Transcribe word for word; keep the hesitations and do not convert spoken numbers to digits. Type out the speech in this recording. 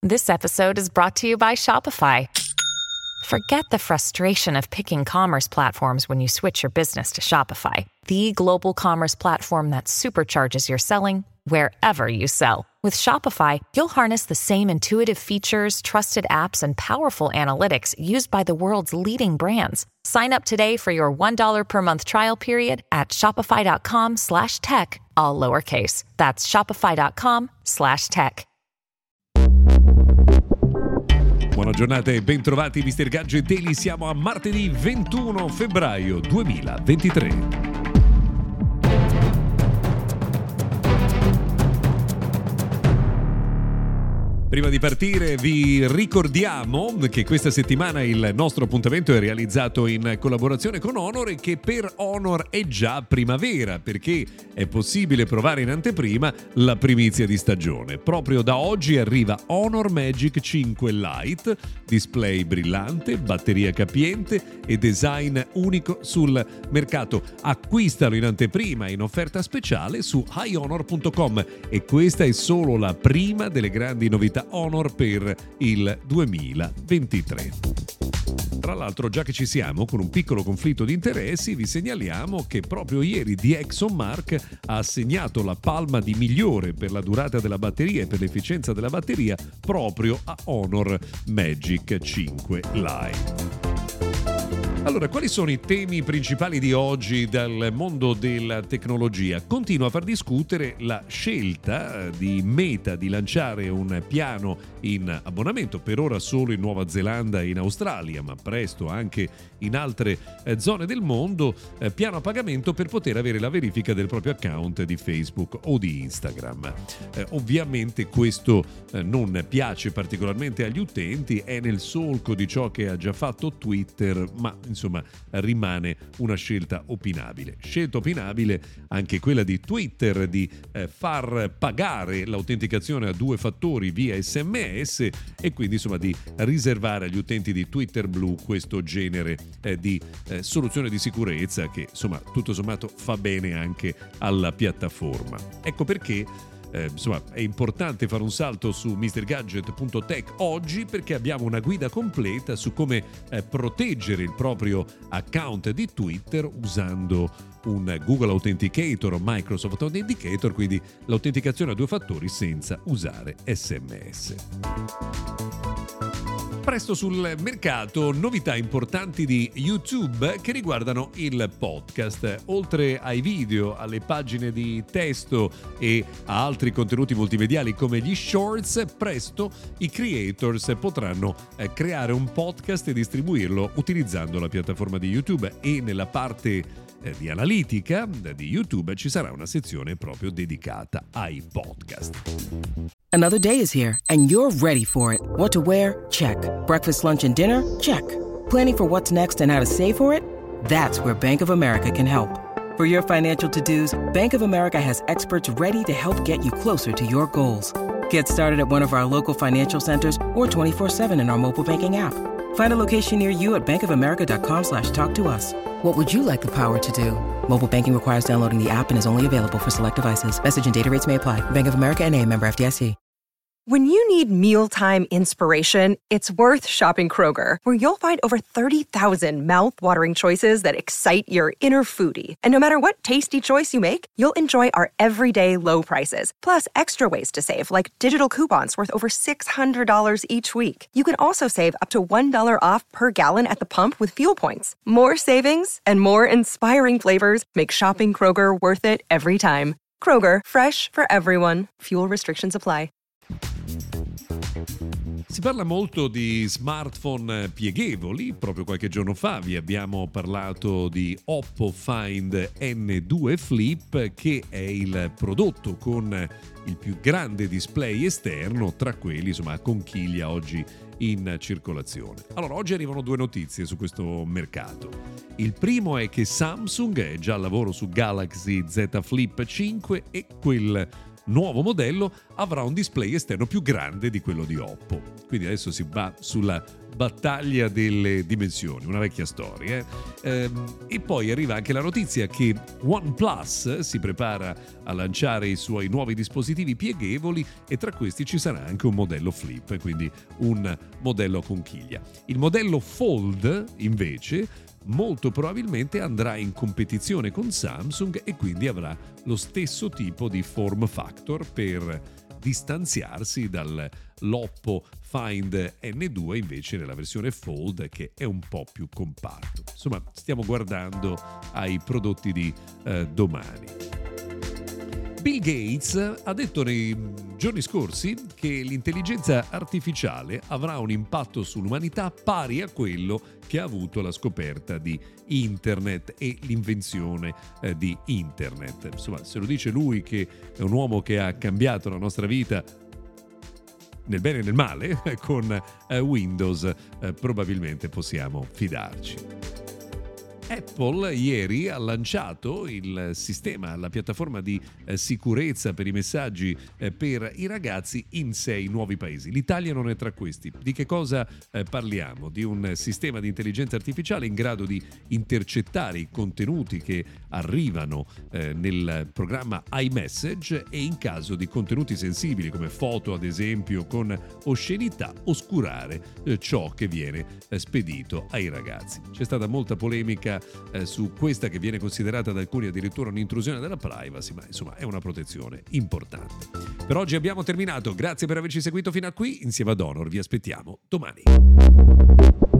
This episode is brought to you by Shopify. Forget the frustration of picking commerce platforms when you switch your business to Shopify, the global commerce platform that supercharges your selling wherever you sell. With Shopify, you'll harness the same intuitive features, trusted apps, and powerful analytics used by the world's leading brands. Sign up today for your one dollar per month trial period at shopify.com slash tech, all lowercase. That's shopify.com slash tech. Buona giornata e bentrovati mister Gadget Daily, siamo a martedì ventuno febbraio duemilaventitré. Prima di partire vi ricordiamo che questa settimana il nostro appuntamento è realizzato in collaborazione con Honor e che per Honor è già primavera, perché è possibile provare in anteprima la primizia di stagione. Proprio da oggi arriva Honor Magic cinque Lite, display brillante, batteria capiente e design unico sul mercato. Acquistalo in anteprima in offerta speciale su hi honor punto com e questa è solo la prima delle grandi novità Honor per il duemilaventitré. Tra l'altro, già che ci siamo, con un piccolo conflitto di interessi, vi segnaliamo che proprio ieri DxOMark ha assegnato la palma di migliore per la durata della batteria e per l'efficienza della batteria proprio a Honor Magic cinque Lite. Allora, quali sono i temi principali di oggi dal mondo della tecnologia? Continua a far discutere la scelta di Meta di lanciare un piano in abbonamento, per ora solo in Nuova Zelanda e in Australia, ma presto anche in altre eh, zone del mondo, eh, piano a pagamento per poter avere la verifica del proprio account di Facebook o di Instagram. Eh, ovviamente questo eh, non piace particolarmente agli utenti, è nel solco di ciò che ha già fatto Twitter, ma insomma rimane una scelta opinabile. Scelta opinabile anche quella di Twitter di eh, far pagare l'autenticazione a due fattori via S M S e quindi insomma di riservare agli utenti di Twitter Blue questo genere eh, di eh, soluzione di sicurezza che insomma tutto sommato fa bene anche alla piattaforma. Ecco perché Eh, insomma, è importante fare un salto su mister gadget punto tech oggi, perché abbiamo una guida completa su come eh, proteggere il proprio account di Twitter usando un Google Authenticator o Microsoft Authenticator, quindi l'autenticazione a due fattori senza usare S M S. Presto sul mercato novità importanti di YouTube che riguardano il podcast. Oltre ai video, alle pagine di testo e a altri contenuti multimediali come gli shorts, presto i creators potranno eh, creare un podcast e distribuirlo utilizzando la piattaforma di YouTube, e nella parte eh, di analitica di YouTube ci sarà una sezione proprio dedicata ai podcast. Another day is here, and you're ready for it. What to wear? Check. Breakfast, lunch, and dinner? Check. Planning for what's next and how to save for it? That's where Bank of America can help. For your financial to-dos, Bank of America has experts ready to help get you closer to your goals. Get started at one of our local financial centers or twenty-four seven in our mobile banking app. Find a location near you at bankofamerica.com slash talk to us. What would you like the power to do? Mobile banking requires downloading the app and is only available for select devices. Message and data rates may apply. Bank of America N A, member F D I C. When you need mealtime inspiration, it's worth shopping Kroger, where you'll find over thirty thousand mouth-watering choices that excite your inner foodie. And no matter what tasty choice you make, you'll enjoy our everyday low prices, plus extra ways to save, like digital coupons worth over six hundred dollars each week. You can also save up to one dollar off per gallon at the pump with fuel points. More savings and more inspiring flavors make shopping Kroger worth it every time. Kroger, fresh for everyone. Fuel restrictions apply. Si parla molto di smartphone pieghevoli. Proprio qualche giorno fa vi abbiamo parlato di Oppo Find N due Flip, che è il prodotto con il più grande display esterno tra quelli insomma a conchiglia oggi in circolazione. Allora, oggi arrivano due notizie su questo mercato. Il primo è che Samsung è già al lavoro su Galaxy Z Flip cinque e quel nuovo modello avrà un display esterno più grande di quello di Oppo. Quindi adesso si va sulla battaglia delle dimensioni, una vecchia storia. Eh? Ehm, e poi arriva anche la notizia che OnePlus si prepara a lanciare i suoi nuovi dispositivi pieghevoli e tra questi ci sarà anche un modello flip, quindi un modello a conchiglia. Il modello Fold invece molto probabilmente andrà in competizione con Samsung e quindi avrà lo stesso tipo di form factor per distanziarsi dall'Oppo Find N due invece nella versione Fold, che è un po' più compatto. Insomma, stiamo guardando ai prodotti di eh, domani. Bill Gates ha detto nei giorni scorsi che l'intelligenza artificiale avrà un impatto sull'umanità pari a quello che ha avuto la scoperta di Internet e l'invenzione eh, di Internet. Insomma, se lo dice lui, che è un uomo che ha cambiato la nostra vita nel bene e nel male con eh, Windows, eh, probabilmente possiamo fidarci. Apple ieri ha lanciato il sistema, la piattaforma di eh, sicurezza per i messaggi eh, per i ragazzi in sei nuovi paesi. L'Italia non è tra questi. Di che cosa eh, parliamo? Di un sistema di intelligenza artificiale in grado di intercettare i contenuti che arrivano eh, nel programma iMessage e in caso di contenuti sensibili come foto ad esempio con oscenità oscurare eh, ciò che viene eh, spedito ai ragazzi. C'è stata molta polemica Eh, su questa che viene considerata da alcuni addirittura un'intrusione della privacy, ma insomma è una protezione importante. Per oggi abbiamo terminato, grazie per averci seguito fino a qui, insieme ad Honor vi aspettiamo domani.